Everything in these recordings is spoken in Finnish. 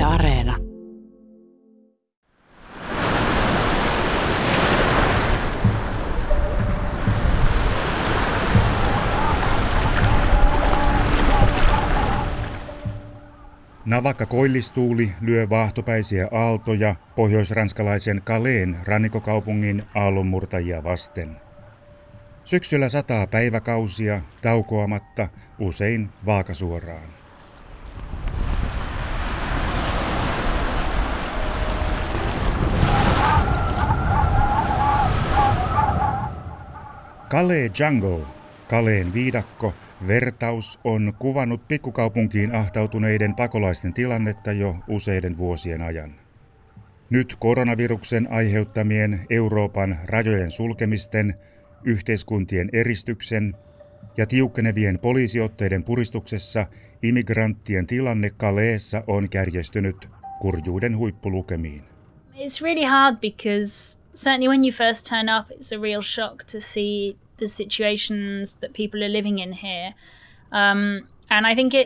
Areena. Navakka koillistuuli lyö vaahtopäisiä aaltoja pohjoisranskalaisen Calaisen rannikokaupungin aallonmurtajia vasten. Syksyllä sataa päiväkausia taukoamatta, usein vaakasuoraan. Calais Jungle, Calaisen viidakko, vertaus on kuvannut pikkukaupunkiin ahtautuneiden pakolaisten tilannetta jo useiden vuosien ajan. Nyt koronaviruksen aiheuttamien Euroopan rajojen sulkemisten, yhteiskuntien eristyksen ja tiukkenevien poliisiotteiden puristuksessa immigranttien tilanne Calaisissa on kärjestynyt kurjuuden huippulukemiin. It's really hard because certainly when you first turn up, it's a real shock to see the situations that people are living in here. And I think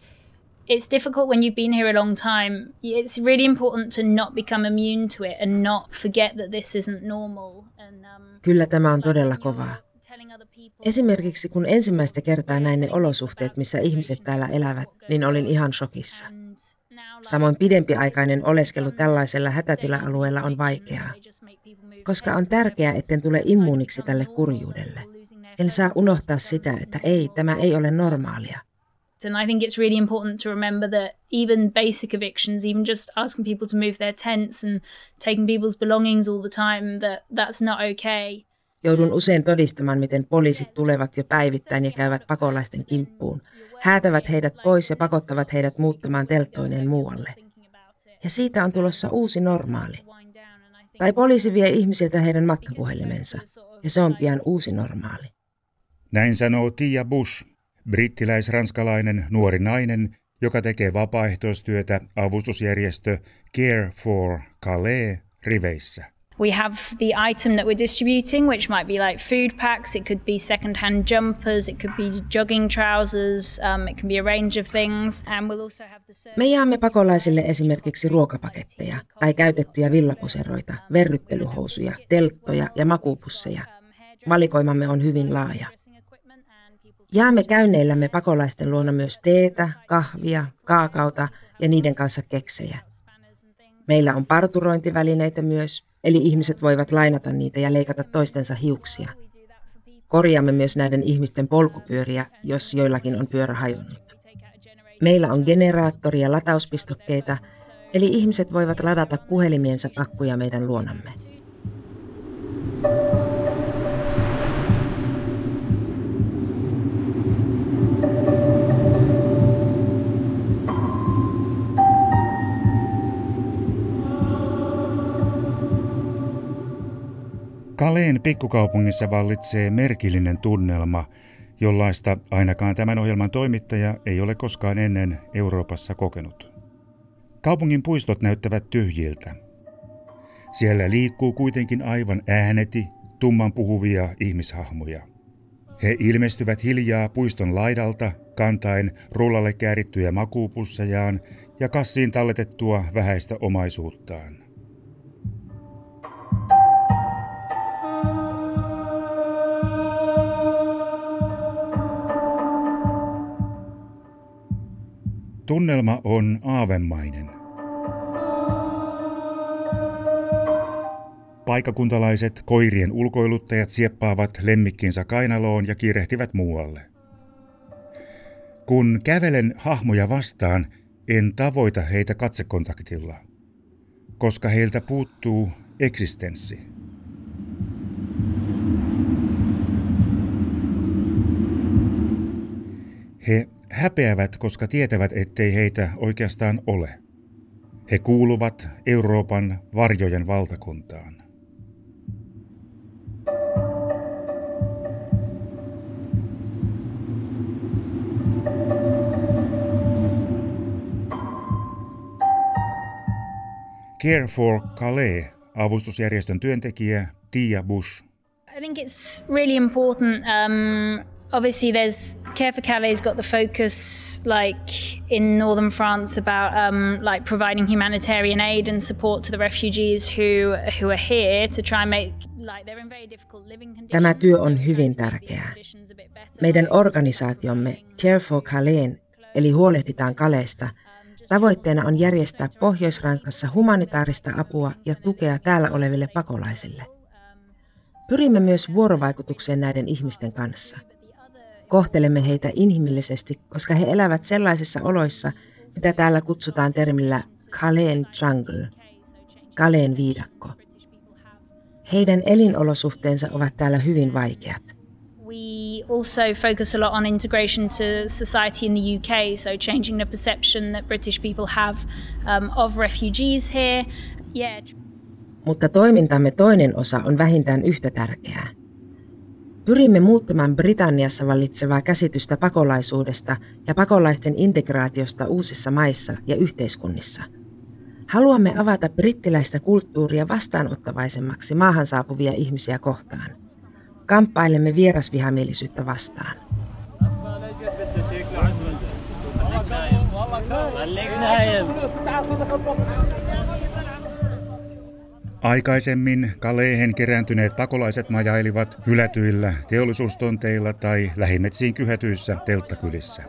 it's difficult when you've been here a long time. It's really important to not become immune to it and not forget that this isn't normal. Kyllä tämä on todella kovaa. Esimerkiksi kun ensimmäistä kertaa näin ne olosuhteet, missä ihmiset täällä elävät, niin olin ihan shokissa. Samoin pidempiaikainen oleskelu tällaisella hätätila-alueella on vaikeaa, koska on tärkeää, etten tule immuuniksi tälle kurjuudelle. En saa unohtaa sitä, että tämä ei ole normaalia. And I think it's really important to remember that even basic evictions, even just asking people to move their tents and taking people's belongings all the time, that's not okay. Joudun usein todistamaan, miten poliisit tulevat jo päivittäin ja käyvät pakolaisten kimppuun, häätävät heidät pois ja pakottavat heidät muuttamaan telttoineen muualle. Ja siitä on tulossa uusi normaali. Tai poliisi vie ihmisiltä heidän matkapuhelimensa, ja se on pian uusi normaali. Näin sanoo Tia Bush, brittiläis-ranskalainen nuori nainen, joka tekee vapaaehtoistyötä avustusjärjestö Care for Calais riveissä. We have the item that we're distributing, which might be like food packs, it could be second-hand jumpers, it could be jogging trousers, it can be a range of things. And we'll also have the Me jaamme pakolaisille esimerkiksi ruokapaketteja tai käytettyjä villapuseroita, verryttelyhousuja, telttoja ja makuupusseja. Valikoimamme on hyvin laaja. Jaamme käynneillämme pakolaisten luona myös teetä, kahvia, kaakaota ja niiden kanssa keksejä. Meillä on parturointivälineitä myös, eli ihmiset voivat lainata niitä ja leikata toistensa hiuksia. Korjaamme myös näiden ihmisten polkupyöriä, jos joillakin on pyörä hajonnut. Meillä on generaattori- ja latauspistokkeita, eli ihmiset voivat ladata puhelimiensa akkuja meidän luonamme. Calaisen pikkukaupungissa vallitsee merkillinen tunnelma, jollaista ainakaan tämän ohjelman toimittaja ei ole koskaan ennen Euroopassa kokenut. Kaupungin puistot näyttävät tyhjiltä. Siellä liikkuu kuitenkin aivan ääneti, tumman puhuvia ihmishahmoja. He ilmestyvät hiljaa puiston laidalta, kantaen rullalle käärittyjä makuupussejaan ja kassiin talletettua vähäistä omaisuuttaan. Tunnelma on aavemainen. Paikkakuntalaiset koirien ulkoiluttajat sieppaavat lemmikkinsä kainaloon ja kiirehtivät muualle. Kun kävelen hahmoja vastaan, en tavoita heitä katsekontaktilla, koska heiltä puuttuu eksistenssi. He häpeävät, koska tietävät, ettei heitä oikeastaan ole. He kuuluvat Euroopan varjojen valtakuntaan. Care for Calais, avustusjärjestön työntekijä Tia Bush. I think it's really important. Obviously there's Care for Calais's got the focus, like in northern France, about like providing humanitarian aid and support to the refugees who are here to try and make, like, they're in very difficult living conditions. Tämä työ on hyvin tärkeää. Meidän organisaatiomme Care for Calais, eli huolehditaan Calaisista, tavoitteena on järjestää Pohjois-Ranskassa humanitaarista apua ja tukea täällä oleville pakolaisille. Pyrimme myös vuorovaikutukseen näiden ihmisten kanssa. Kohtelemme heitä inhimillisesti, koska he elävät sellaisissa oloissa, mitä täällä kutsutaan termillä Calais jungle, Calaisen viidakko. Heidän elinolosuhteensa ovat täällä hyvin vaikeat. We also focus a lot on integration to society in the UK, so changing the perception that British people have of refugees here. Yeah. Mutta toimintamme toinen osa on vähintään yhtä tärkeää. Pyrimme muuttamaan Britanniassa vallitsevaa käsitystä pakolaisuudesta ja pakolaisten integraatiosta uusissa maissa ja yhteiskunnissa. Haluamme avata brittiläistä kulttuuria vastaanottavaisemmaksi maahan saapuvia ihmisiä kohtaan. Kamppailemme vierasvihamielisyyttä vastaan. Aikaisemmin Calaisen kerääntyneet pakolaiset majailivat hylätyillä teollisuustonteilla tai lähimetsiin kyhätyissä telttakylissä.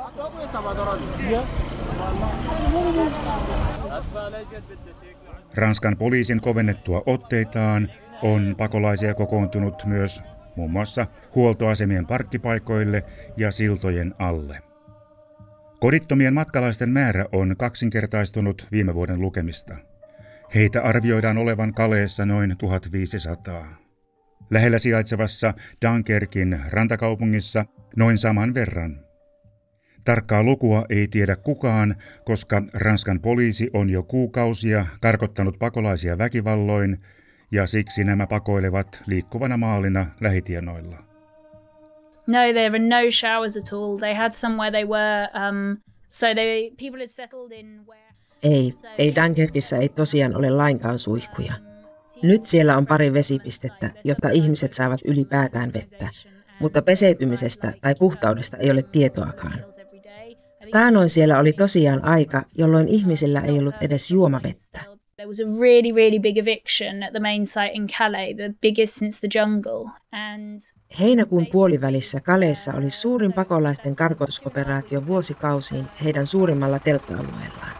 Ranskan poliisin kovennettua otteitaan on pakolaisia kokoontunut myös muun muassa huoltoasemien parkkipaikoille ja siltojen alle. Kodittomien matkalaisten määrä on kaksinkertaistunut viime vuoden lukemista. Heitä arvioidaan olevan Calaisissa noin 1500. Lähellä sijaitsevassa Dunkerquin rantakaupungissa noin saman verran. Tarkkaa lukua ei tiedä kukaan, koska Ranskan poliisi on jo kuukausia karkottanut pakolaisia väkivalloin, ja siksi nämä pakoilevat liikkuvana maalina lähitienoilla. No, there were no showers at all. They had somewhere they were, people had settled in where... Ei Dunkerquissa ei tosiaan ole lainkaan suihkuja. Nyt siellä on pari vesipistettä, jotta ihmiset saavat ylipäätään vettä, mutta peseytymisestä tai puhtaudesta ei ole tietoakaan. Taanoin siellä oli tosiaan aika, jolloin ihmisillä ei ollut edes juomavettä. There was a really, really big eviction at the main site in Calais, the biggest since the jungle. Heinäkuun puolivälissä Calaisissa oli suurin pakolaisten karkotusoperaatio vuosikausiin heidän suurimmalla teltta-alueellaan.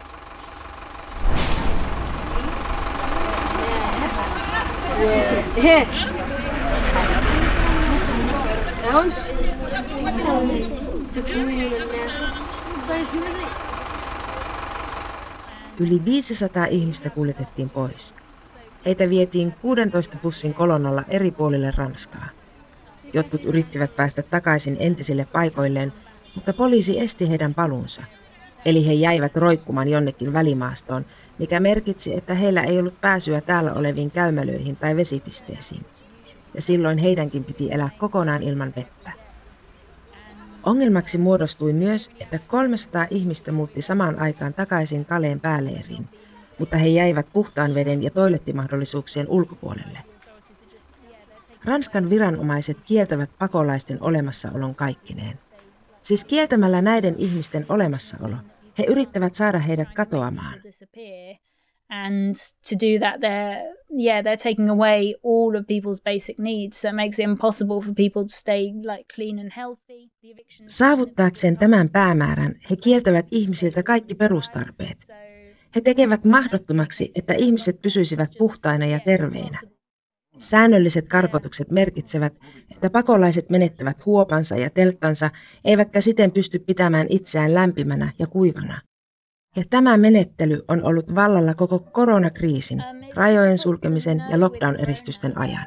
Yli 500 ihmistä kuljetettiin pois. Heitä vietiin 16 bussin kolonnalla eri puolille Ranskaa. Jotkut yrittivät päästä takaisin entisille paikoilleen, mutta poliisi esti heidän paluunsa. Eli he jäivät roikkumaan jonnekin välimaastoon, mikä merkitsi, että heillä ei ollut pääsyä täällä oleviin käymälöihin tai vesipisteisiin. Ja silloin heidänkin piti elää kokonaan ilman vettä. Ongelmaksi muodostui myös, että 300 ihmistä muutti samaan aikaan takaisin Calaisen pääleiriin, mutta he jäivät puhtaan veden ja toilettimahdollisuuksien ulkopuolelle. Ranskan viranomaiset kieltävät pakolaisten olemassaolon kaikkineen. Siis kieltämällä näiden ihmisten olemassaolo, he yrittävät saada heidät katoamaan. And to do that, they're taking away all of people's basic needs, so it makes it impossible for people to stay clean and healthy. Saavuttaakseen tämän päämäärän, he kieltävät ihmisiltä kaikki perustarpeet. He tekevät mahdottomaksi, että ihmiset pysyisivät puhtaina ja terveinä. Säännölliset karkotukset merkitsevät, että pakolaiset menettävät huopansa ja telttansa, eivätkä siten pysty pitämään itseään lämpimänä ja kuivana. Ja tämä menettely on ollut vallalla koko koronakriisin, rajojen sulkemisen ja lockdown-eristysten ajan.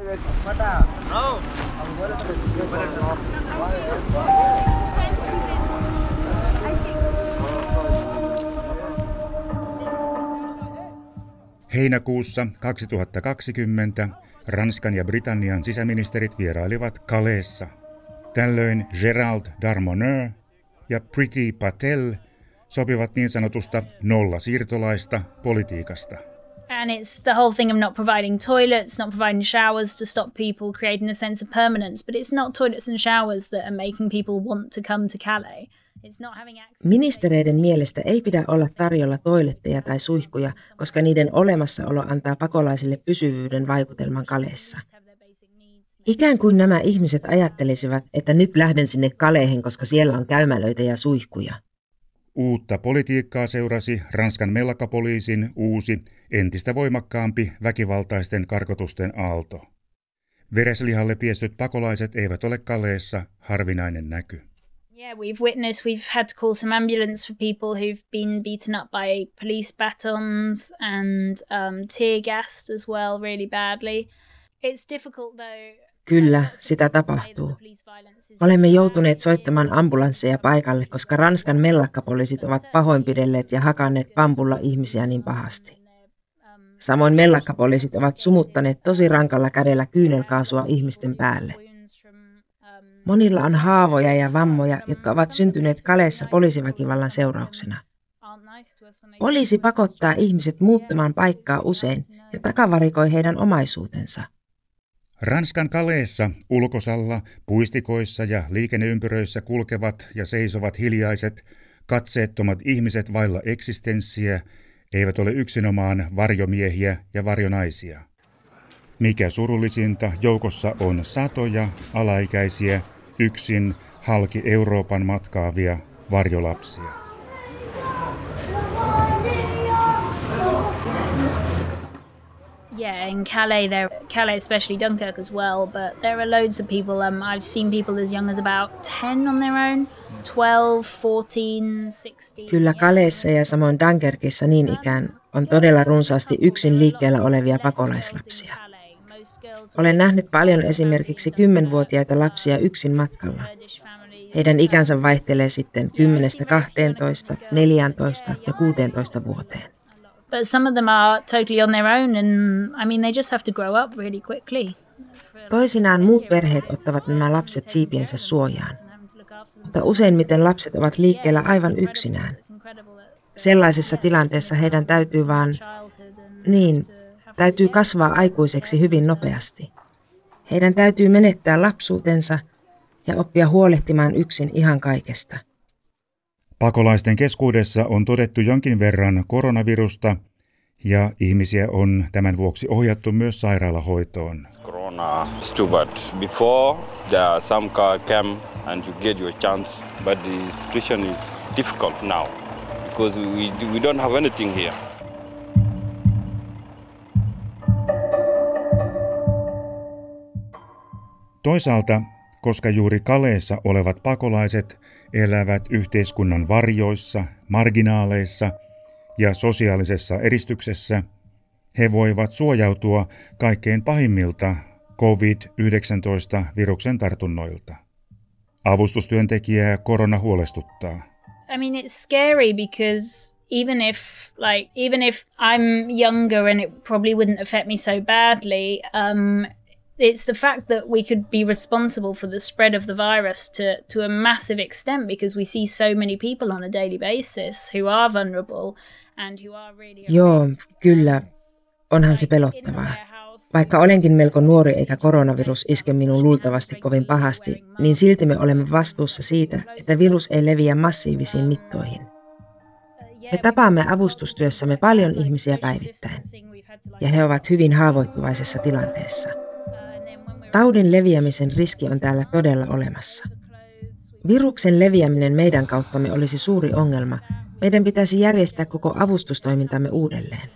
Heinäkuussa 2020 Ranskan ja Britannian sisäministerit vierailivat Calaisissa. Tällöin Gérald Darmanin ja Priti Patel sopivat niin sanotusta nollasiirtolaista politiikasta. And it's the whole thing of not providing toilets, not providing showers to stop people, creating a sense of permanence. But it's not toilets and showers that are making people want to come to Calais. It's not having access. Ministereiden mielestä ei pidä olla tarjolla toiletteja tai suihkuja, koska niiden olemassaolo antaa pakolaisille pysyvyyden vaikutelman Calaisissa. Ikään kuin nämä ihmiset ajattelisivat, että nyt lähden sinne Calaihin, koska siellä on käymälöitä ja suihkuja. Uutta politiikkaa seurasi Ranskan mellakkapoliisin uusi, entistä voimakkaampi väkivaltaisten karkotusten aalto. Vereslihalle piessyt pakolaiset eivät ole Calaisissa harvinainen näky. Yeah, we've had to call some ambulance for people who've been beaten up by police batons and tear gassed as well really badly. It's difficult though. Kyllä, sitä tapahtuu. Olemme joutuneet soittamaan ambulansseja paikalle, koska Ranskan mellakkapoliisit ovat pahoinpidelleet ja hakanneet pampulla ihmisiä niin pahasti. Samoin mellakkapoliisit ovat sumuttaneet tosi rankalla kädellä kyynelkaasua ihmisten päälle. Monilla on haavoja ja vammoja, jotka ovat syntyneet Calaisissa poliisiväkivallan seurauksena. Poliisi pakottaa ihmiset muuttamaan paikkaa usein ja takavarikoi heidän omaisuutensa. Ranskan Calaisissa, ulkosalla, puistikoissa ja liikenneympyröissä kulkevat ja seisovat hiljaiset, katseettomat ihmiset vailla eksistenssiä eivät ole yksinomaan varjomiehiä ja varjonaisia. Mikä surullisinta, joukossa on satoja alaikäisiä, yksin halki Euroopan matkaavia varjolapsia. Yeah, in Calais, especially Dunkirk as well, but there are loads of people. I've seen people as young as about 10 on their own, 12, 14, 16. Kyllä Calaisissa ja samoin Dunkerkissa niin ikään on todella runsaasti yksin liikkeellä olevia pakolaislapsia. Olen nähnyt paljon esimerkiksi 10-vuotiaita lapsia yksin matkalla. Heidän ikänsä vaihtelee sitten 10-12, 14 ja 16 vuoteen. But some of them are totally on their own and I mean they just have to grow up really quickly. Toisinaan muut perheet ottavat nämä lapset siipiensä suojaan. Mutta useimmiten lapset ovat liikkeellä aivan yksinään. Sellaisessa tilanteessa heidän täytyy kasvaa aikuiseksi hyvin nopeasti. Heidän täytyy menettää lapsuutensa ja oppia huolehtimaan yksin ihan kaikesta. Pakolaisten keskuudessa on todettu jonkin verran koronavirusta ja ihmisiä on tämän vuoksi ohjattu myös sairaalahoitoon. Corona is too bad. Before some car came and you get your chance, but the situation is difficult now because we don't have anything here. Toisaalta, koska juuri Calaisissa olevat pakolaiset elävät yhteiskunnan varjoissa, marginaaleissa ja sosiaalisessa eristyksessä, he voivat suojautua kaikkein pahimmilta COVID-19-viruksen tartunnoilta. Avustustyöntekijää korona huolestuttaa. I mean it's scary because even if I'm younger and it probably wouldn't affect me so badly, it's the fact that we could be responsible for the spread of the virus to a massive extent because we see so many people on a daily basis who are vulnerable and who are really... Joo, kyllä. Onhan se pelottavaa. Vaikka olenkin melko nuori eikä koronavirus iske minun luultavasti kovin pahasti, niin silti me olemme vastuussa siitä, että virus ei leviä massiivisiin mittoihin. Me tapaamme avustustyössämme paljon ihmisiä päivittäin, ja he ovat hyvin haavoittuvaisessa tilanteessa. Taudin leviämisen riski on täällä todella olemassa. Viruksen leviäminen meidän kauttamme olisi suuri ongelma. Meidän pitäisi järjestää koko avustustoimintamme uudelleen.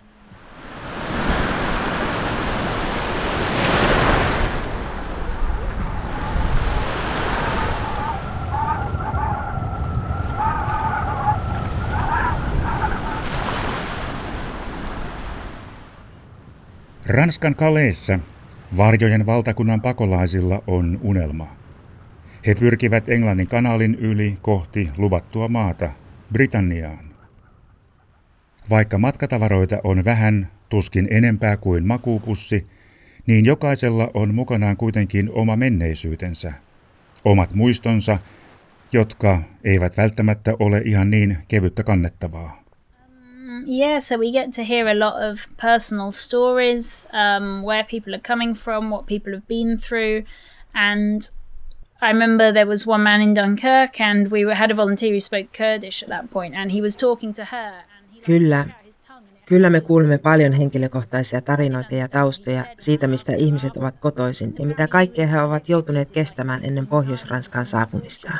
Ranskan Calaisissa varjojen valtakunnan pakolaisilla on unelma. He pyrkivät Englannin kanaalin yli kohti luvattua maata, Britanniaan. Vaikka matkatavaroita on vähän, tuskin enempää kuin makuupussi, niin jokaisella on mukanaan kuitenkin oma menneisyytensä, omat muistonsa, jotka eivät välttämättä ole ihan niin kevyttä kannettavaa. So we get to hear a lot of personal stories, where people are coming from, what people have been through. And I remember there was one man in Dunkirk, and we had a volunteer who spoke Kurdish at that point, and he was talking to her. Kyllä me kuulemme paljon henkilökohtaisia tarinoita ja taustoja siitä, mistä ihmiset ovat kotoisin ja mitä kaikkea he ovat joutuneet kestämään ennen Pohjois-Ranskaan saapumistaan.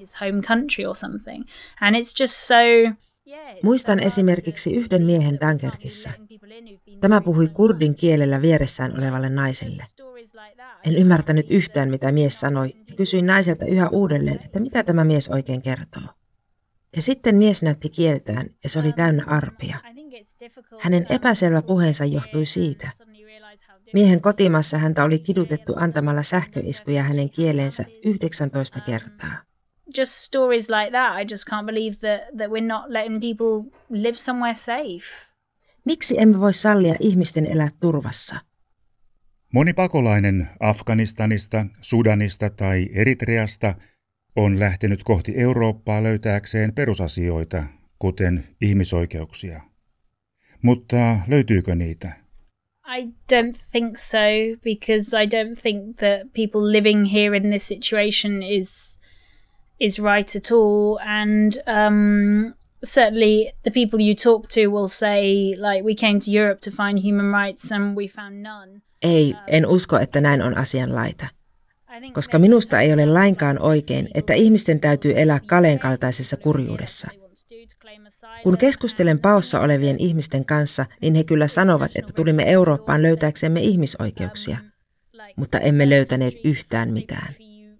Muistan esimerkiksi yhden miehen Dunkerkissä. Tämä puhui kurdin kielellä vieressään olevalle naiselle. En ymmärtänyt yhtään, mitä mies sanoi, ja kysyin naiselta yhä uudelleen, että mitä tämä mies oikein kertoo. Ja sitten mies näytti kieltään, ja se oli täynnä arpia. Hänen epäselvä puheensa johtui siitä. Miehen kotimaassa häntä oli kidutettu antamalla sähköiskuja hänen kieleensä 19 kertaa. Just stories like that. I just can't believe that we're not letting people live somewhere safe. Miksi emme voi sallia ihmisten elää turvassa? Moni pakolainen Afganistanista, Sudanista tai Eritreasta on lähtenyt kohti Eurooppaa löytääkseen perusasioita, kuten ihmisoikeuksia. Mutta löytyykö niitä? I don't think so, because I don't think that people living here in this situation is right at all. And certainly the people you talk to will say, like, we came to Europe to find human rights and we found none. Ei, en usko, että näin on asianlaita. Koska minusta ei ole lainkaan oikein, että ihmisten täytyy elää Kaleen kaltaisessa kurjuudessa. Kun keskustelen paossa olevien ihmisten kanssa, niin he kyllä sanovat, että tulimme Eurooppaan löytääksemme ihmisoikeuksia, mutta emme löytäneet yhtään mitään.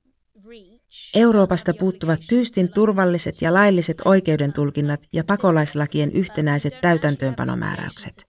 Euroopasta puuttuvat tyystin turvalliset ja lailliset oikeudentulkinnat ja pakolaislakien yhtenäiset täytäntöönpanomääräykset.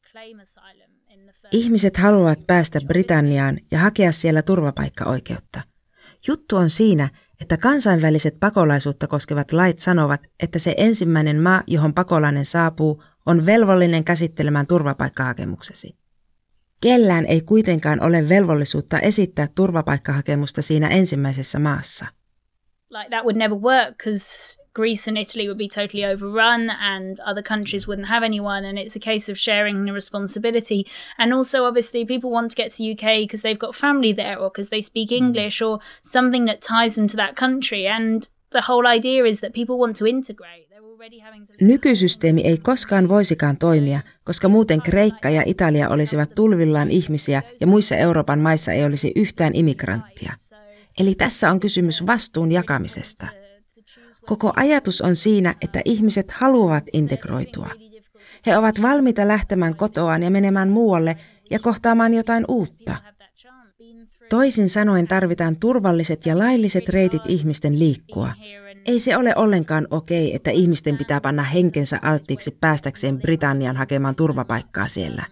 Ihmiset haluavat päästä Britanniaan ja hakea siellä turvapaikkaoikeutta. Juttu on siinä, että kansainväliset pakolaisuutta koskevat lait sanovat, että se ensimmäinen maa, johon pakolainen saapuu, on velvollinen käsittelemään turvapaikkahakemuksesi. Kellään ei kuitenkaan ole velvollisuutta esittää turvapaikkahakemusta siinä ensimmäisessä maassa. Like that would never work, because Greece and Italy would be totally overrun and other countries wouldn't have anyone, and it's a case of sharing the responsibility. And also obviously people want to get to the UK because they've got family there or because they speak English or something that ties them to that country, and the whole idea is that people want to integrate. Nykysysteemi ei koskaan voisikaan toimia, koska muuten Kreikka ja Italia olisivat tulvillaan ihmisiä ja muissa Euroopan maissa ei olisi yhtään immigranttia. Eli tässä on kysymys vastuun jakamisesta. Koko ajatus on siinä, että ihmiset haluavat integroitua. He ovat valmiita lähtemään kotoaan ja menemään muualle ja kohtaamaan jotain uutta. Toisin sanoen tarvitaan turvalliset ja lailliset reitit ihmisten liikkua. Ei se ole ollenkaan okei, että ihmisten pitää panna henkensä alttiiksi päästäkseen Britanniaan hakemaan turvapaikkaa siellä.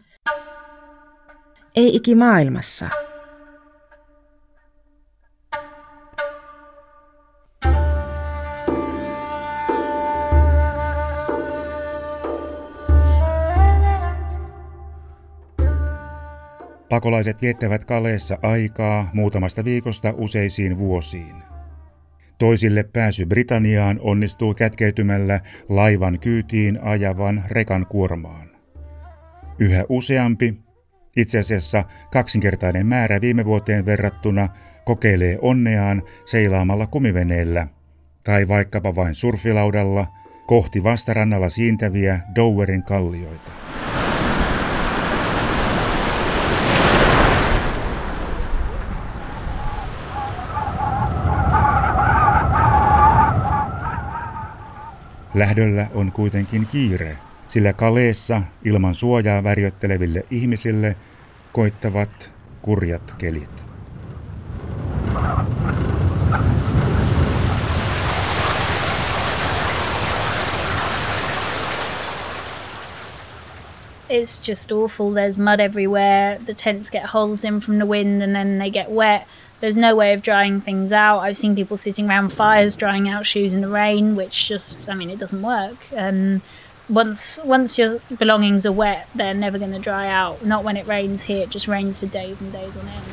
Ei ikimaailmassa. Pakolaiset viettävät Kaleessa aikaa muutamasta viikosta useisiin vuosiin. Toisille pääsy Britanniaan onnistuu kätkeytymällä laivan kyytiin ajavan rekan kuormaan. Yhä useampi, itse asiassa kaksinkertainen määrä viime vuoteen verrattuna, kokeilee onneaan seilaamalla kumiveneellä tai vaikkapa vain surfilaudalla kohti vastarannalla siintäviä Dowerin kallioita. Lähdöllä on kuitenkin kiire, sillä Kaleessa ilman suojaa värjötteleville ihmisille koittavat kurjat kelit. It's just awful. There's mud everywhere. The tents get holes in from the wind and then they get wet. There's no way of drying things out. I've seen people sitting around fires drying out shoes in the rain, which just, it doesn't work. Once your belongings are wet, they're never going to dry out. Not when it rains here. It just rains for days and days on end.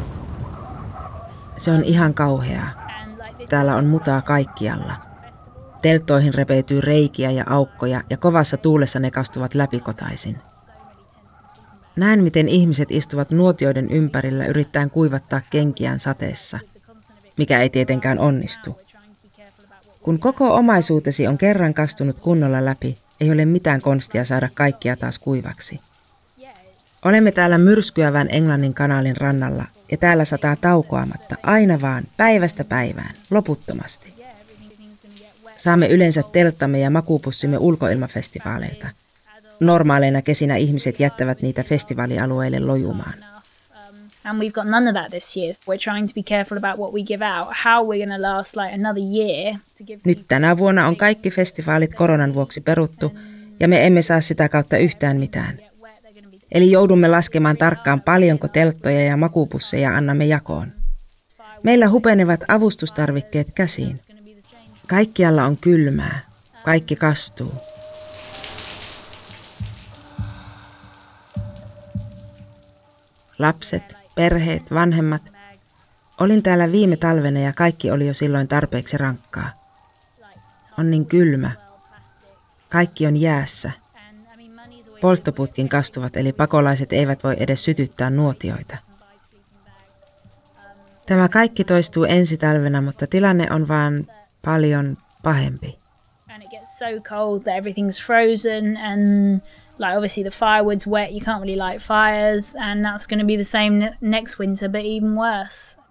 Se on ihan kauheaa. Täällä on mutaa kaikkialla. Telttoihin repeytyy reikiä ja aukkoja ja kovassa tuulessa ne kastuvat läpikotaisin. Näen, miten ihmiset istuvat nuotioiden ympärillä yrittäen kuivattaa kenkiään sateessa, mikä ei tietenkään onnistu. Kun koko omaisuutesi on kerran kastunut kunnolla läpi, ei ole mitään konstia saada kaikkia taas kuivaksi. Olemme täällä myrskyävän Englannin kanaalin rannalla ja täällä sataa taukoamatta aina vaan päivästä päivään, loputtomasti. Saamme yleensä telttamme ja makuupussimme ulkoilmafestivaaleilta. Normaaleina kesinä ihmiset jättävät niitä festivaalialueille lojumaan. And we've got none of that this year. We're trying to be careful about what we give out, how we're going to last like another year. Nyt tänä vuonna on kaikki festivaalit koronan vuoksi peruttu ja me emme saa sitä kautta yhtään mitään. Eli joudumme laskemaan tarkkaan paljonko telttoja ja makuupusseja annamme jakoon. Meillä hupenevat avustustarvikkeet käsiin. Kaikkialla on kylmää. Kaikki kastuu. Lapset, perheet, vanhemmat. Olin täällä viime talvena ja kaikki oli jo silloin tarpeeksi rankkaa. On niin kylmä. Kaikki on jäässä. Polttoputkin kastuvat, eli pakolaiset eivät voi edes sytyttää nuotioita. Tämä kaikki toistuu ensi talvena, mutta tilanne on vaan paljon pahempi. And it gets so cold that everything's frozen and like obviously the firewood's wet, you can't really light fires, and that's going to be the same next winter but even worse.